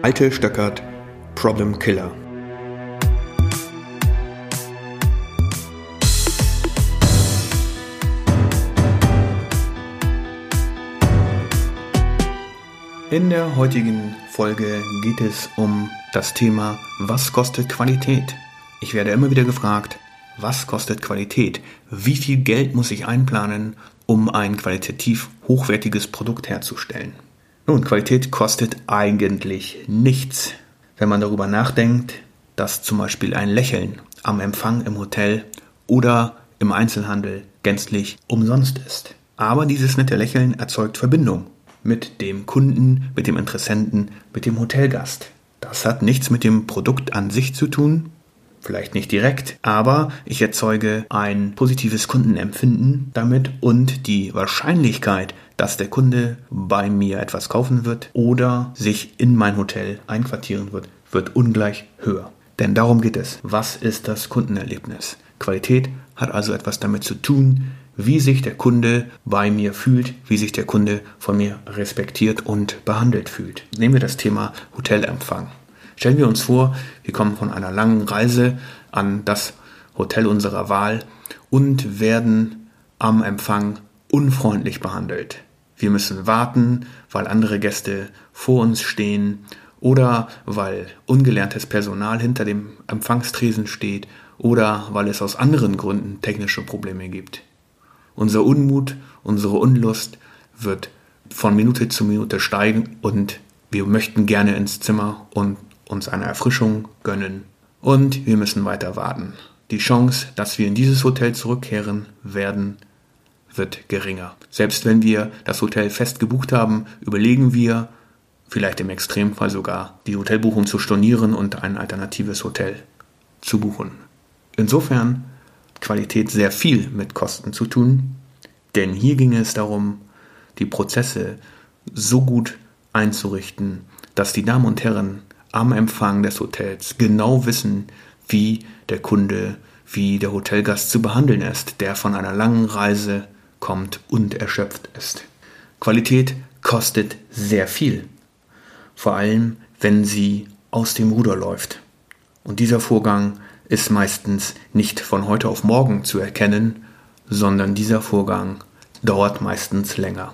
Malte Stöckert, Problem Killer. In der heutigen Folge geht es um das Thema, was kostet Qualität? Ich werde immer wieder gefragt, was kostet Qualität? Wie viel Geld muss ich einplanen, um ein qualitativ hochwertiges Produkt herzustellen? Nun, Qualität kostet eigentlich nichts. Wenn man darüber nachdenkt, dass zum Beispiel ein Lächeln am Empfang im Hotel oder im Einzelhandel gänzlich umsonst ist. Aber dieses nette Lächeln erzeugt Verbindung mit dem Kunden, mit dem Interessenten, mit dem Hotelgast. Das hat nichts mit dem Produkt an sich zu tun, vielleicht nicht direkt, aber ich erzeuge ein positives Kundenempfinden damit und die Wahrscheinlichkeit, dass der Kunde bei mir etwas kaufen wird oder sich in mein Hotel einquartieren wird, wird ungleich höher. Denn darum geht es. Was ist das Kundenerlebnis? Qualität hat also etwas damit zu tun, wie sich der Kunde bei mir fühlt, wie sich der Kunde von mir respektiert und behandelt fühlt. Nehmen wir das Thema Hotelempfang. Stellen wir uns vor, wir kommen von einer langen Reise an das Hotel unserer Wahl und werden am Empfang unfreundlich behandelt. Wir müssen warten, weil andere Gäste vor uns stehen oder weil ungelerntes Personal hinter dem Empfangstresen steht oder weil es aus anderen Gründen technische Probleme gibt. Unser Unmut, unsere Unlust wird von Minute zu Minute steigen und wir möchten gerne ins Zimmer und uns eine Erfrischung gönnen. Und wir müssen weiter warten. Die Chance, dass wir in dieses Hotel zurückkehren werden, wird geringer. Selbst wenn wir das Hotel fest gebucht haben, überlegen wir, vielleicht im Extremfall sogar, die Hotelbuchung zu stornieren und ein alternatives Hotel zu buchen. Insofern Qualität sehr viel mit Kosten zu tun, denn hier ging es darum, die Prozesse so gut einzurichten, dass die Damen und Herren am Empfang des Hotels genau wissen, wie der Kunde, wie der Hotelgast zu behandeln ist, der von einer langen Reise kommt und erschöpft ist. Qualität kostet sehr viel, vor allem wenn sie aus dem Ruder läuft. Und dieser Vorgang ist meistens nicht von heute auf morgen zu erkennen, sondern dieser Vorgang dauert meistens länger.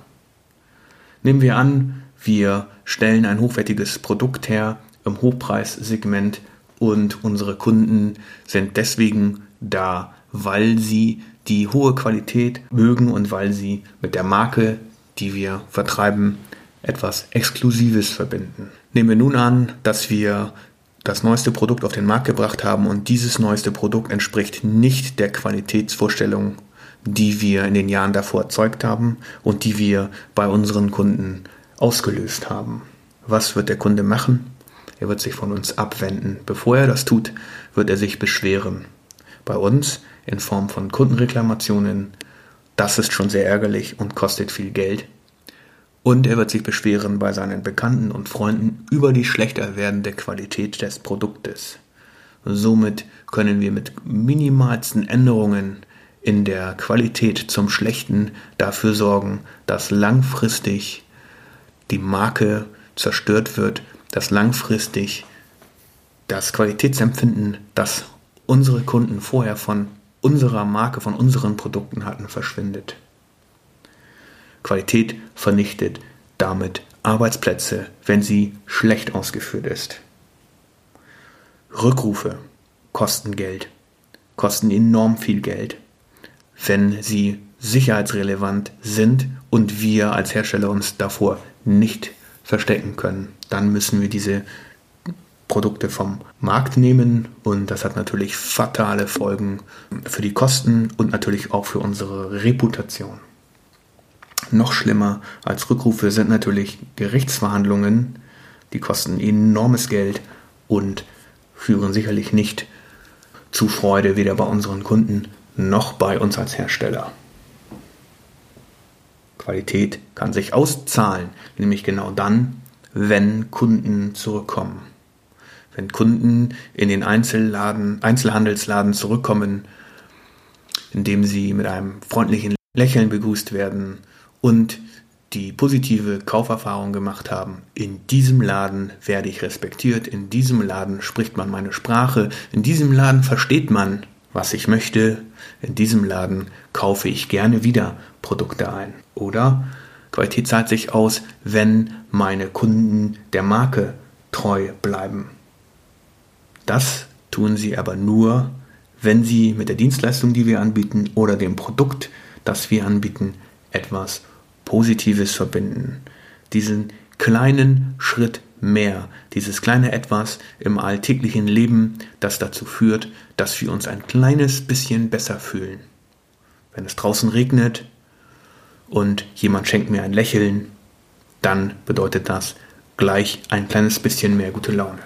Nehmen wir an, wir stellen ein hochwertiges Produkt her im Hochpreissegment und unsere Kunden sind deswegen da, weil sie die hohe Qualität mögen und weil sie mit der Marke, die wir vertreiben, etwas Exklusives verbinden. Nehmen wir nun an, dass wir das neueste Produkt auf den Markt gebracht haben und dieses neueste Produkt entspricht nicht der Qualitätsvorstellung, die wir in den Jahren davor erzeugt haben und die wir bei unseren Kunden ausgelöst haben. Was wird der Kunde machen? Er wird sich von uns abwenden. Bevor er das tut, wird er sich beschweren. Bei uns in Form von Kundenreklamationen. Das ist schon sehr ärgerlich und kostet viel Geld. Und er wird sich beschweren bei seinen Bekannten und Freunden über die schlechter werdende Qualität des Produktes. Somit können wir mit minimalsten Änderungen in der Qualität zum Schlechten dafür sorgen, dass langfristig die Marke zerstört wird, dass langfristig das Qualitätsempfinden, das unsere Kunden vorher von unserer Marke, von unseren Produkten hatten, verschwindet. Qualität vernichtet damit Arbeitsplätze, wenn sie schlecht ausgeführt ist. Rückrufe kosten Geld, kosten enorm viel Geld, wenn sie sicherheitsrelevant sind und wir als Hersteller uns davor nicht verstecken können. Dann müssen wir diese Produkte vom Markt nehmen und das hat natürlich fatale Folgen für die Kosten und natürlich auch für unsere Reputation. Noch schlimmer als Rückrufe sind natürlich Gerichtsverhandlungen, die kosten enormes Geld und führen sicherlich nicht zu Freude weder bei unseren Kunden noch bei uns als Hersteller. Qualität kann sich auszahlen, nämlich genau dann, wenn Kunden zurückkommen. Wenn Kunden in den Einzelhandelsladen zurückkommen, indem sie mit einem freundlichen Lächeln begrüßt werden und die positive Kauferfahrung gemacht haben, in diesem Laden werde ich respektiert, in diesem Laden spricht man meine Sprache, in diesem Laden versteht man, was ich möchte, in diesem Laden kaufe ich gerne wieder Produkte ein. Oder Qualität zahlt sich aus, wenn meine Kunden der Marke treu bleiben. Das tun sie aber nur, wenn sie mit der Dienstleistung, die wir anbieten, oder dem Produkt, das wir anbieten, etwas Positives verbinden. Diesen kleinen Schritt mehr, dieses kleine Etwas im alltäglichen Leben, das dazu führt, dass wir uns ein kleines bisschen besser fühlen. Wenn es draußen regnet und jemand schenkt mir ein Lächeln, dann bedeutet das gleich ein kleines bisschen mehr gute Laune.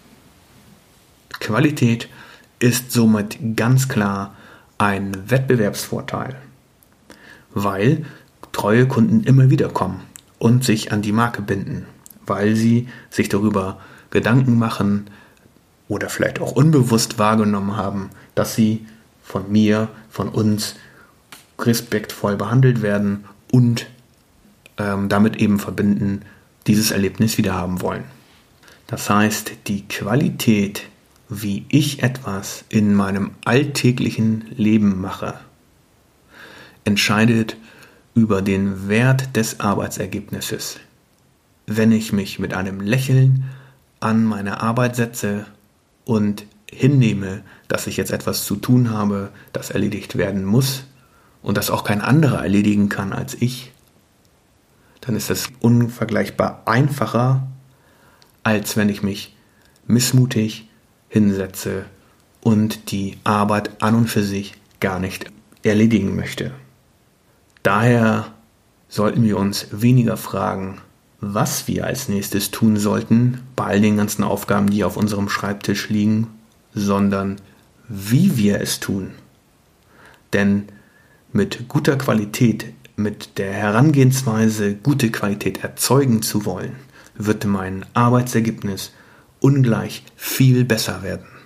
Qualität ist somit ganz klar ein Wettbewerbsvorteil, weil treue Kunden immer wieder kommen und sich an die Marke binden, weil sie sich darüber Gedanken machen oder vielleicht auch unbewusst wahrgenommen haben, dass sie von mir, von uns respektvoll behandelt werden und damit eben verbinden, dieses Erlebnis wieder haben wollen. Das heißt, die Qualität, wie ich etwas in meinem alltäglichen Leben mache, entscheidet über den Wert des Arbeitsergebnisses. Wenn ich mich mit einem Lächeln an meine Arbeit setze und hinnehme, dass ich jetzt etwas zu tun habe, das erledigt werden muss und das auch kein anderer erledigen kann als ich, dann ist es unvergleichbar einfacher, als wenn ich mich missmutig hinsetze und die Arbeit an und für sich gar nicht erledigen möchte. Daher sollten wir uns weniger fragen, was wir als nächstes tun sollten bei all den ganzen Aufgaben, die auf unserem Schreibtisch liegen, sondern wie wir es tun. Denn mit guter Qualität, mit der Herangehensweise, gute Qualität erzeugen zu wollen, wird mein Arbeitsergebnis ungleich viel besser werden.